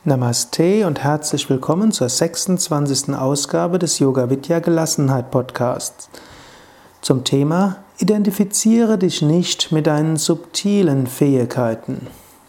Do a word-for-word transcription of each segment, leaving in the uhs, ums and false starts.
Namaste und herzlich willkommen zur sechsundzwanzigsten Ausgabe des Yoga Vidya Gelassenheit Podcasts. Zum Thema: Identifiziere dich nicht mit deinen subtilen Fähigkeiten.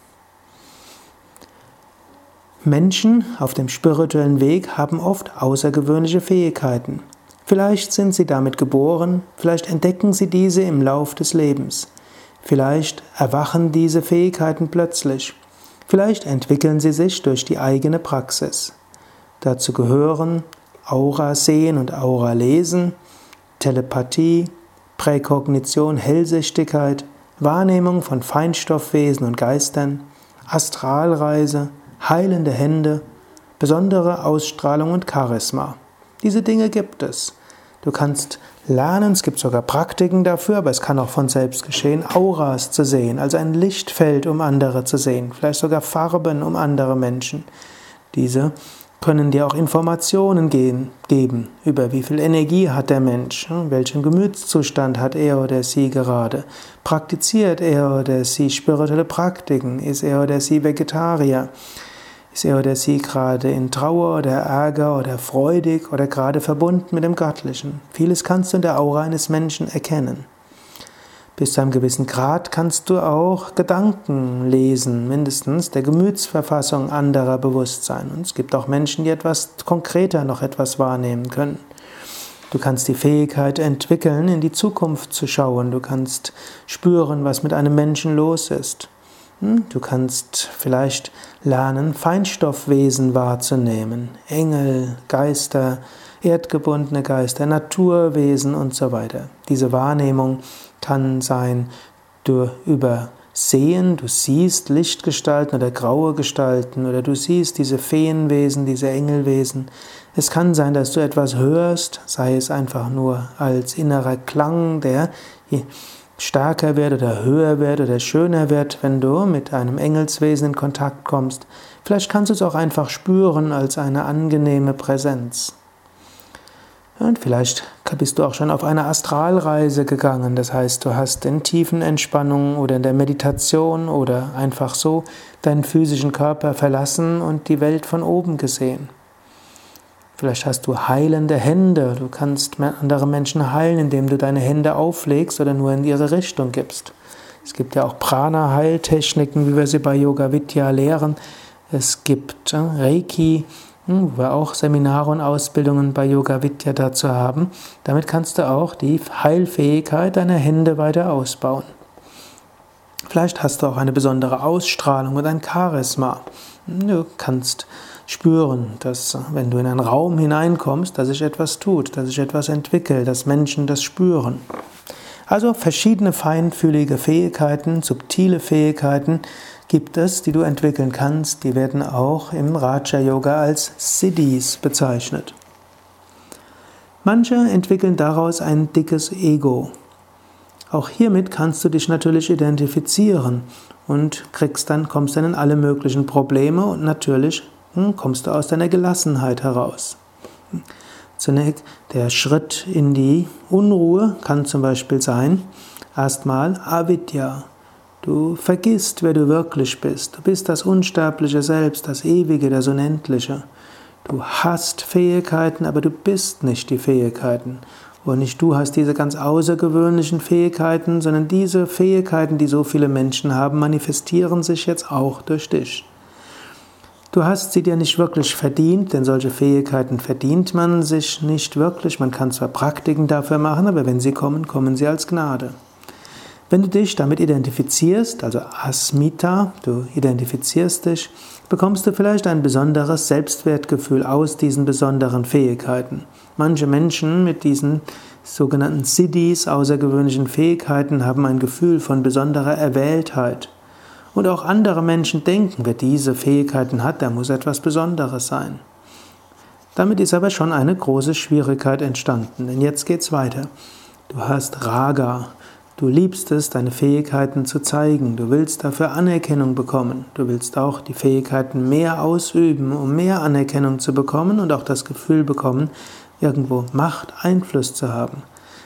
Menschen auf dem spirituellen Weg haben oft außergewöhnliche Fähigkeiten. Vielleicht sind sie damit geboren, vielleicht entdecken sie diese im Lauf des Lebens. Vielleicht erwachen diese Fähigkeiten plötzlich. Vielleicht entwickeln sie sich durch die eigene Praxis. Dazu gehören Aura sehen und Aura lesen, Telepathie, Präkognition, Hellsichtigkeit, Wahrnehmung von Feinstoffwesen und Geistern, Astralreise, heilende Hände, besondere Ausstrahlung und Charisma. Diese Dinge gibt es. Du kannst lernen, es gibt sogar Praktiken dafür, aber es kann auch von selbst geschehen, Auras zu sehen, also ein Lichtfeld, um andere zu sehen, vielleicht sogar Farben, um andere Menschen. Diese können dir auch Informationen geben, über wie viel Energie hat der Mensch, welchen Gemütszustand hat er oder sie gerade, praktiziert er oder sie spirituelle Praktiken, ist er oder sie Vegetarier. Ist er oder sie gerade in Trauer oder Ärger oder freudig oder gerade verbunden mit dem Göttlichen? Vieles kannst du in der Aura eines Menschen erkennen. Bis zu einem gewissen Grad kannst du auch Gedanken lesen, mindestens der Gemütsverfassung anderer bewusst sein. Und es gibt auch Menschen, die etwas konkreter noch etwas wahrnehmen können. Du kannst die Fähigkeit entwickeln, in die Zukunft zu schauen. Du kannst spüren, was mit einem Menschen los ist. Du kannst vielleicht lernen, Feinstoffwesen wahrzunehmen, Engel, Geister, erdgebundene Geister, Naturwesen und so weiter. Diese Wahrnehmung kann sein du übersehen, du siehst Lichtgestalten oder graue Gestalten oder du siehst diese Feenwesen, diese Engelwesen. Es kann sein, dass du etwas hörst, sei es einfach nur als innerer Klang, der stärker wird oder höher wird oder schöner wird, wenn du mit einem Engelswesen in Kontakt kommst. Vielleicht kannst du es auch einfach spüren als eine angenehme Präsenz. Und vielleicht bist du auch schon auf eine Astralreise gegangen, das heißt, du hast in tiefen Entspannungen oder in der Meditation oder einfach so deinen physischen Körper verlassen und die Welt von oben gesehen. Vielleicht hast du heilende Hände, du kannst andere Menschen heilen, indem du deine Hände auflegst oder nur in ihre Richtung gibst. Es gibt ja auch Prana-Heiltechniken, wie wir sie bei Yoga Vidya lehren. Es gibt Reiki, wo wir auch Seminare und Ausbildungen bei Yoga Vidya dazu haben. Damit kannst du auch die Heilfähigkeit deiner Hände weiter ausbauen. Vielleicht hast du auch eine besondere Ausstrahlung und ein Charisma. Du kannst spüren, dass wenn du in einen Raum hineinkommst, dass sich etwas tut, dass sich etwas entwickelt, dass Menschen das spüren. Also verschiedene feinfühlige Fähigkeiten, subtile Fähigkeiten gibt es, die du entwickeln kannst. Die werden auch im Raja Yoga als Siddhis bezeichnet. Manche entwickeln daraus ein dickes Ego. Auch hiermit kannst du dich natürlich identifizieren und kriegst dann, kommst dann in alle möglichen Probleme und natürlich kommst du aus deiner Gelassenheit heraus. Zunächst der Schritt in die Unruhe kann zum Beispiel sein, erstmal Avidya. Du vergisst, wer du wirklich bist. Du bist das unsterbliche Selbst, das Ewige, das Unendliche. Du hast Fähigkeiten, aber du bist nicht die Fähigkeiten. Und nicht du hast diese ganz außergewöhnlichen Fähigkeiten, sondern diese Fähigkeiten, die so viele Menschen haben, manifestieren sich jetzt auch durch dich. Du hast sie dir nicht wirklich verdient, denn solche Fähigkeiten verdient man sich nicht wirklich. Man kann zwar Praktiken dafür machen, aber wenn sie kommen, kommen sie als Gnade. Wenn du dich damit identifizierst, also Asmita, du identifizierst dich, bekommst du vielleicht ein besonderes Selbstwertgefühl aus diesen besonderen Fähigkeiten. Manche Menschen mit diesen sogenannten Siddhis, außergewöhnlichen Fähigkeiten, haben ein Gefühl von besonderer Erwähltheit. Und auch andere Menschen denken, wer diese Fähigkeiten hat, der muss etwas Besonderes sein. Damit ist aber schon eine große Schwierigkeit entstanden, denn jetzt geht's weiter. Du hast Raga, du liebst es, deine Fähigkeiten zu zeigen, du willst dafür Anerkennung bekommen, du willst auch die Fähigkeiten mehr ausüben, um mehr Anerkennung zu bekommen und auch das Gefühl bekommen, irgendwo Macht, Einfluss zu haben.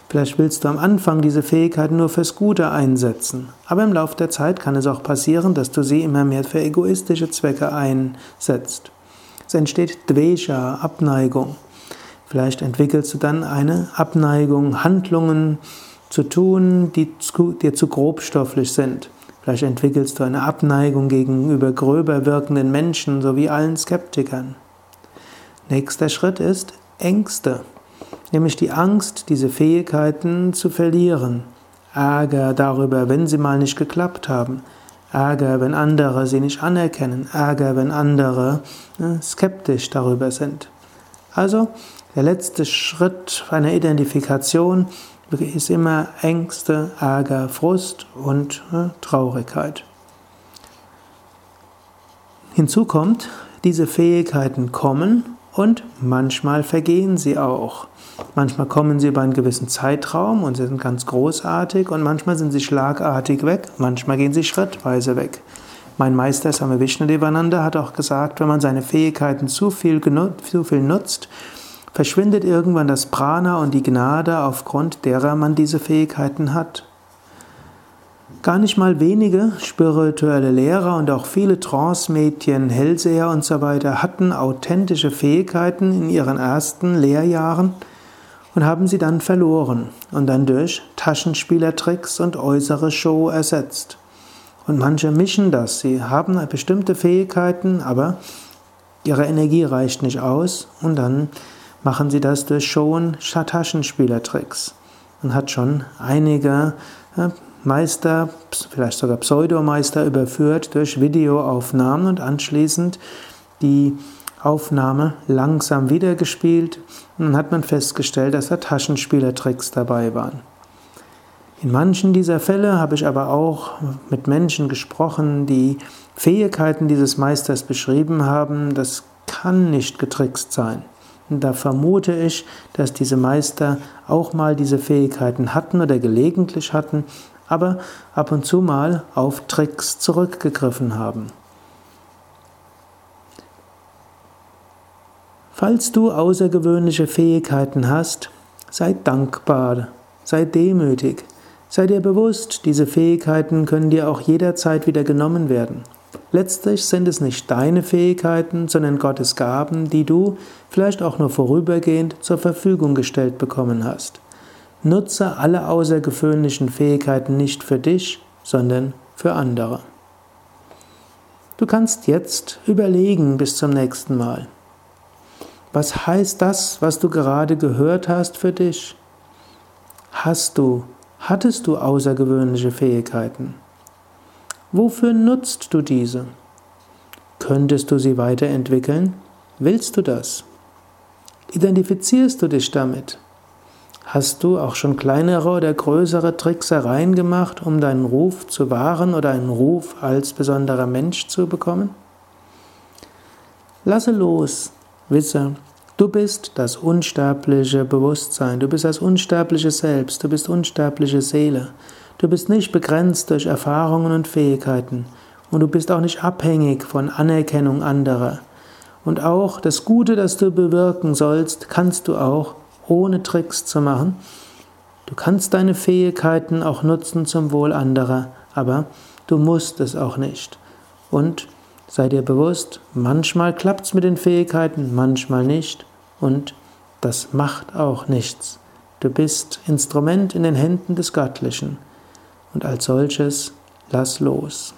Vielleicht willst du am Anfang diese Fähigkeiten nur fürs Gute einsetzen, aber im Laufe der Zeit kann es auch passieren, dass du sie immer mehr für egoistische Zwecke einsetzt. Es entsteht Dvesha, Abneigung. Vielleicht entwickelst du dann eine Abneigung, Handlungen zu tun, die dir zu grobstofflich sind. Vielleicht entwickelst du eine Abneigung gegenüber gröber wirkenden Menschen sowie allen Skeptikern. Nächster Schritt ist Ängste, nämlich die Angst, diese Fähigkeiten zu verlieren. Ärger darüber, wenn sie mal nicht geklappt haben. Ärger, wenn andere sie nicht anerkennen. Ärger, wenn andere ne, skeptisch darüber sind. Also, der letzte Schritt einer Identifikation ist immer Ängste, Ärger, Frust und ne, Traurigkeit. Hinzu kommt, diese Fähigkeiten kommen und manchmal vergehen sie auch. Manchmal kommen sie über einen gewissen Zeitraum und sie sind ganz großartig und manchmal sind sie schlagartig weg, manchmal gehen sie schrittweise weg. Mein Meister Swami Vishnadevananda hat auch gesagt, wenn man seine Fähigkeiten zu viel, zu viel nutzt, verschwindet irgendwann das Prana und die Gnade, aufgrund derer man diese Fähigkeiten hat. Gar nicht mal wenige spirituelle Lehrer und auch viele Trance-Medien, Hellseher und so weiter hatten authentische Fähigkeiten in ihren ersten Lehrjahren und haben sie dann verloren und dann durch Taschenspielertricks und äußere Show ersetzt. Und manche mischen das. Sie haben bestimmte Fähigkeiten, aber ihre Energie reicht nicht aus und dann machen sie das durch Show und Taschenspielertricks. Man hat schon einige Meister, vielleicht sogar Pseudomeister überführt durch Videoaufnahmen und anschließend die Aufnahme langsam wiedergespielt und dann hat man festgestellt, dass da Taschenspielertricks dabei waren. In manchen dieser Fälle habe ich aber auch mit Menschen gesprochen, die Fähigkeiten dieses Meisters beschrieben haben, das kann nicht getrickst sein. Und da vermute ich, dass diese Meister auch mal diese Fähigkeiten hatten oder gelegentlich hatten, aber ab und zu mal auf Tricks zurückgegriffen haben. Falls du außergewöhnliche Fähigkeiten hast, sei dankbar, sei demütig, sei dir bewusst, diese Fähigkeiten können dir auch jederzeit wieder genommen werden. Letztlich sind es nicht deine Fähigkeiten, sondern Gottes Gaben, die du vielleicht auch nur vorübergehend zur Verfügung gestellt bekommen hast. Nutze alle außergewöhnlichen Fähigkeiten nicht für dich, sondern für andere. Du kannst jetzt überlegen bis zum nächsten Mal. Was heißt das, was du gerade gehört hast, für dich? Hast du, hattest du außergewöhnliche Fähigkeiten? Wofür nutzt du diese? Könntest du sie weiterentwickeln? Willst du das? Identifizierst du dich damit? Hast du auch schon kleinere oder größere Tricksereien gemacht, um deinen Ruf zu wahren oder einen Ruf als besonderer Mensch zu bekommen? Lasse los, wisse, du bist das unsterbliche Bewusstsein, du bist das unsterbliche Selbst, du bist unsterbliche Seele. Du bist nicht begrenzt durch Erfahrungen und Fähigkeiten und du bist auch nicht abhängig von Anerkennung anderer. Und auch das Gute, das du bewirken sollst, kannst du auch ohne Tricks zu machen. Du kannst deine Fähigkeiten auch nutzen zum Wohl anderer, aber du musst es auch nicht. Und sei dir bewusst, manchmal klappt es mit den Fähigkeiten, manchmal nicht und das macht auch nichts. Du bist Instrument in den Händen des Göttlichen. Und als solches, lass los.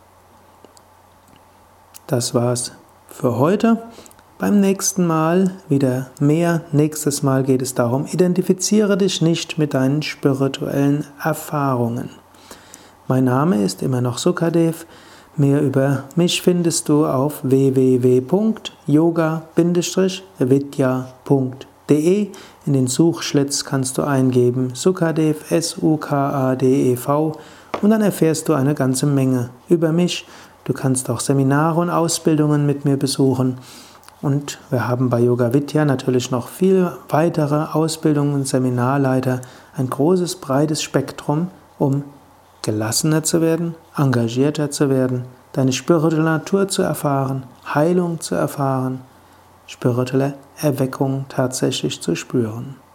Das war's für heute. Beim nächsten Mal wieder mehr. Nächstes Mal geht es darum, identifiziere dich nicht mit deinen spirituellen Erfahrungen. Mein Name ist immer noch Sukadev. Mehr über mich findest du auf w w w punkt yoga vidya punkt de. In den Suchschlitz kannst du eingeben Sukadev, S U K A D E V und dann erfährst du eine ganze Menge über mich. Du kannst auch Seminare und Ausbildungen mit mir besuchen. Und wir haben bei Yoga Vidya natürlich noch viel weitere Ausbildungen und Seminarleiter, ein großes, breites Spektrum, um gelassener zu werden, engagierter zu werden, deine spirituelle Natur zu erfahren, Heilung zu erfahren, spirituelle Erweckung tatsächlich zu spüren.